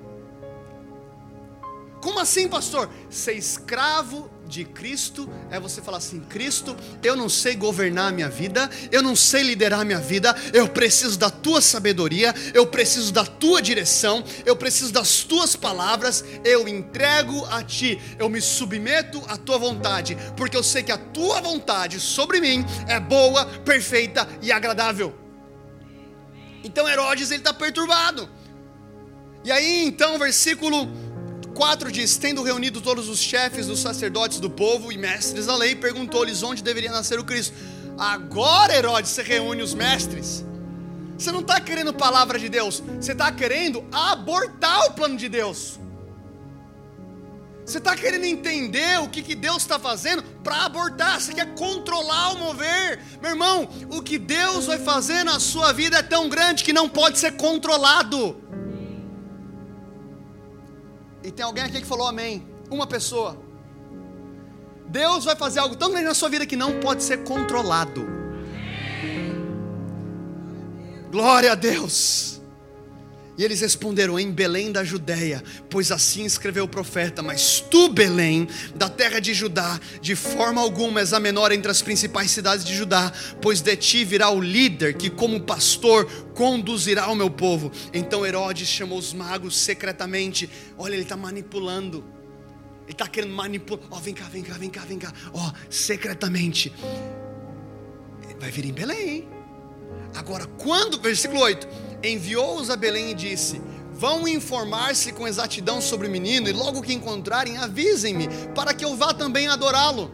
Como assim, pastor? Ser escravo de Cristo é você falar assim: Cristo, eu não sei governar a minha vida, eu não sei liderar a minha vida, eu preciso da tua sabedoria, eu preciso da tua direção, eu preciso das tuas palavras, eu entrego a ti, eu me submeto à tua vontade, porque eu sei que a tua vontade sobre mim é boa, perfeita e agradável. Então Herodes, ele está perturbado. E aí então, versículo 4 diz: tendo reunido todos os chefes dos sacerdotes do povo e mestres da lei, perguntou-lhes onde deveria nascer o Cristo. Agora, Herodes, você reúne os mestres. Você não está querendo palavra de Deus, você está querendo abortar o plano de Deus. Você está querendo entender o que Deus está fazendo para abortar. Você quer controlar o mover. Meu irmão, o que Deus vai fazer na sua vida é tão grande que não pode ser controlado. E tem alguém aqui que falou amém. Uma pessoa. Deus vai fazer algo tão grande na sua vida que não pode ser controlado. Glória a Deus. E eles responderam: em Belém da Judeia, pois assim escreveu o profeta. Mas tu, Belém, da terra de Judá, de forma alguma és a menor entre as principais cidades de Judá, pois de ti virá o líder que como pastor conduzirá o meu povo. Então Herodes chamou os magos secretamente. Olha, ele está manipulando. Ele está querendo manipular. Vem cá. Secretamente. Vai vir em Belém, hein? Agora, quando, versículo 8, enviou-os a Belém e disse: vão informar-se com exatidão sobre o menino, e logo que encontrarem, avisem-me, para que eu vá também adorá-lo.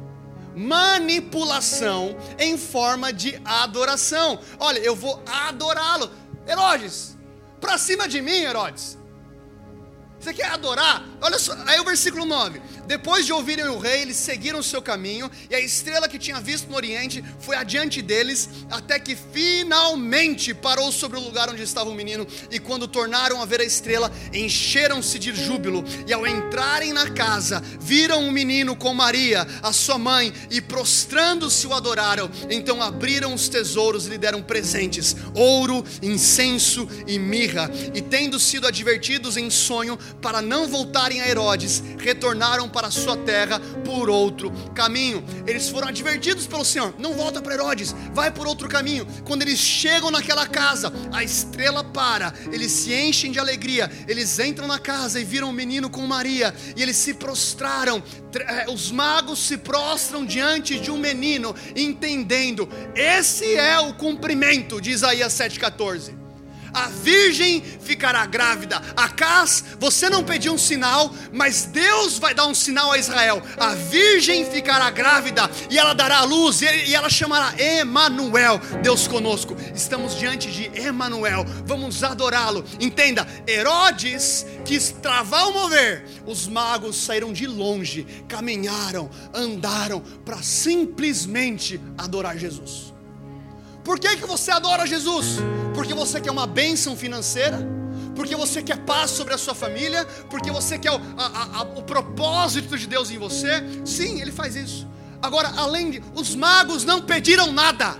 Manipulação em forma de adoração. Olha, eu vou adorá-lo. Herodes, para cima de mim, Herodes. Você quer adorar? Olha só, aí o versículo 9. Depois de ouvirem o rei, eles seguiram o seu caminho, e a estrela que tinha visto no oriente foi adiante deles, até que finalmente parou sobre o lugar onde estava o menino. E quando tornaram a ver a estrela, encheram-se de júbilo. E ao entrarem na casa, viram o menino com Maria, a sua mãe, e prostrando-se o adoraram. Então abriram os tesouros e lhe deram presentes: ouro, incenso e mirra. E tendo sido advertidos em sonho para não voltarem a Herodes, retornaram para a sua terra por outro caminho. Eles foram advertidos pelo Senhor: não volta para Herodes, vai por outro caminho. Quando eles chegam naquela casa, a estrela para, eles se enchem de alegria, eles entram na casa e viram o menino com Maria, e eles se prostraram. Os magos se prostram diante de um menino, entendendo: esse é o cumprimento de Isaías 7,14. A virgem ficará grávida. Acás, você não pediu um sinal, mas Deus vai dar um sinal a Israel. A virgem ficará grávida e ela dará à luz, e ela chamará Emanuel, Deus conosco. Estamos diante de Emanuel, vamos adorá-lo. Entenda, Herodes quis travar o mover. Os magos saíram de longe, caminharam, andaram para simplesmente adorar Jesus. Por que você adora Jesus? Porque você quer uma bênção financeira? Porque você quer paz sobre a sua família? Porque você quer o propósito de Deus em você? Sim, Ele faz isso. Agora, além de, os magos não pediram nada.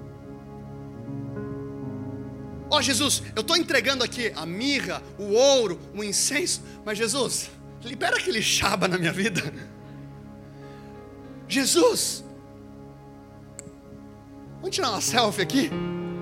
Jesus, eu estou entregando aqui a mirra, o ouro, o incenso, mas Jesus, libera aquele chaba na minha vida. Jesus, vamos tirar uma selfie aqui?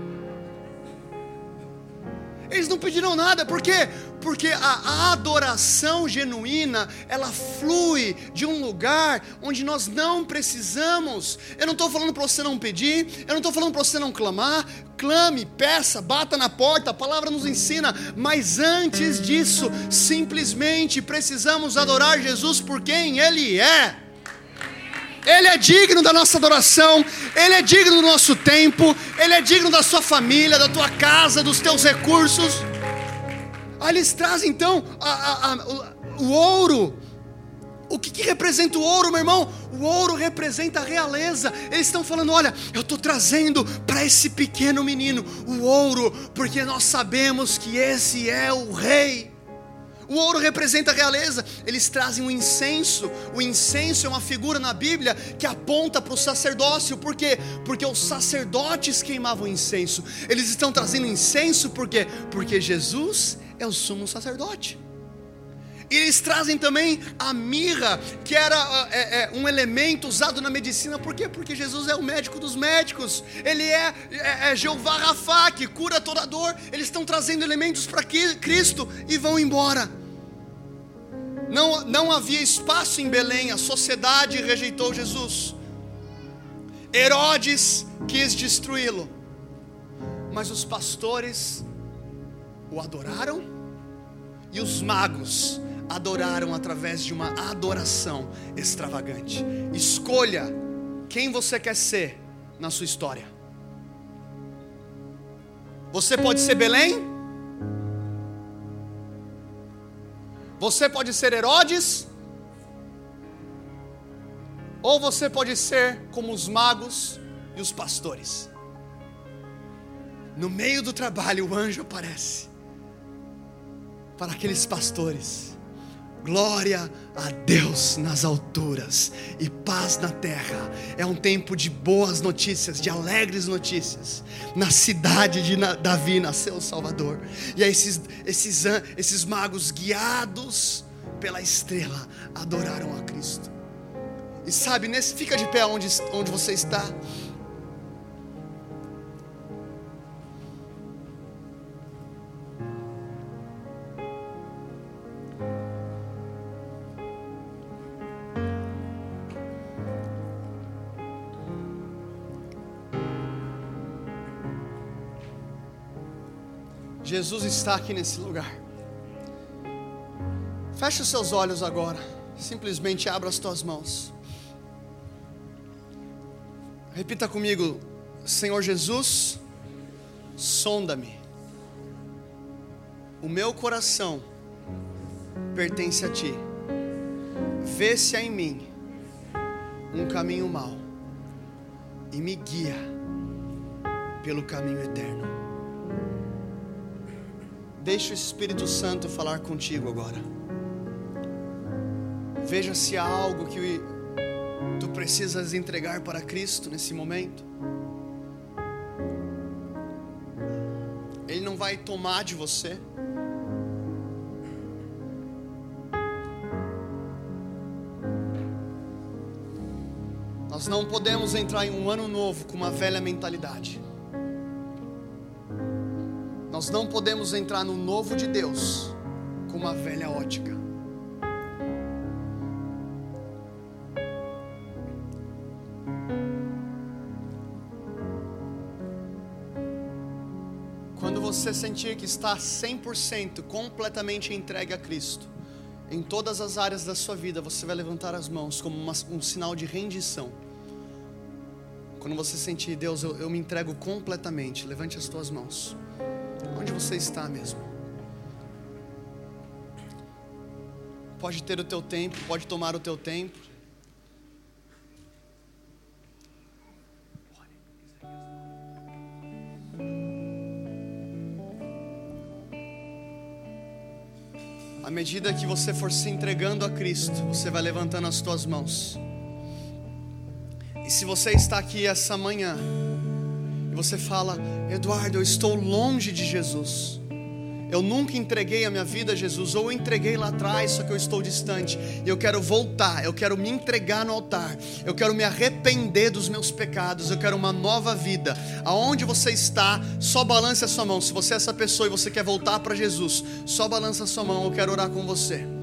Eles não pediram nada. Por quê? Porque a adoração genuína, ela flui de um lugar onde nós não precisamos. Eu não estou falando para você não pedir, eu não estou falando para você não clamar. Clame, peça, bata na porta, a palavra nos ensina. Mas antes disso, simplesmente precisamos adorar Jesus por quem Ele é. Ele é digno da nossa adoração, Ele é digno do nosso tempo, Ele é digno da sua família, da tua casa, dos teus recursos. Aí eles trazem então o ouro. O que representa o ouro, meu irmão? O ouro representa a realeza. Eles estão falando: olha, eu estou trazendo para esse pequeno menino o ouro, porque nós sabemos que esse é o rei. O ouro representa a realeza. Eles trazem um incenso. O incenso é uma figura na Bíblia que aponta para o sacerdócio. Por quê? Porque os sacerdotes queimavam incenso. Eles estão trazendo incenso por quê? Porque Jesus é o sumo sacerdote. E eles trazem também a mirra, que era um elemento usado na medicina. Por quê? Porque Jesus é o médico dos médicos. Ele é Jeová Rafá, que cura toda dor. Eles estão trazendo elementos para Cristo e vão embora. Não havia espaço em Belém. A sociedade rejeitou Jesus. Herodes quis destruí-lo, mas os pastores o adoraram, e os magos adoraram através de uma adoração extravagante. Escolha quem você quer ser na sua história. Você pode ser Belém, você pode ser Herodes, ou você pode ser como os magos e os pastores. No meio do trabalho, o anjo aparece para aqueles pastores. Glória a Deus nas alturas e paz na terra. É um tempo de boas notícias, de alegres notícias. Na cidade de Davi nasceu o Salvador. E aí esses magos, guiados pela estrela, adoraram a Cristo. E sabe, fica de pé onde você está. Jesus está aqui nesse lugar. Feche os seus olhos agora. Simplesmente abra as tuas mãos. Repita comigo: Senhor Jesus, sonda-me. O meu coração pertence a Ti. Vê se há em mim um caminho mau e me guia pelo caminho eterno. Deixa o Espírito Santo falar contigo agora. Veja se há algo que tu precisas entregar para Cristo nesse momento. Ele não vai tomar de você. Nós não podemos entrar em um ano novo com uma velha mentalidade. Nós não podemos entrar no novo de Deus com uma velha ótica. Quando você sentir que está 100% completamente entregue a Cristo, em todas as áreas da sua vida, você vai levantar as mãos como um sinal de rendição. Quando você sentir: Deus, eu me entrego completamente, levante as tuas mãos. Onde você está mesmo? Pode ter o teu tempo, pode tomar o teu tempo. À medida que você for se entregando a Cristo, você vai levantando as tuas mãos. E se você está aqui essa manhã e você fala: Eduardo, eu estou longe de Jesus, eu nunca entreguei a minha vida a Jesus, ou eu entreguei lá atrás, só que eu estou distante, e eu quero voltar, eu quero me entregar no altar, eu quero me arrepender dos meus pecados, eu quero uma nova vida. Aonde você está, só balance a sua mão. Se você é essa pessoa e você quer voltar para Jesus, só balance a sua mão, eu quero orar com você.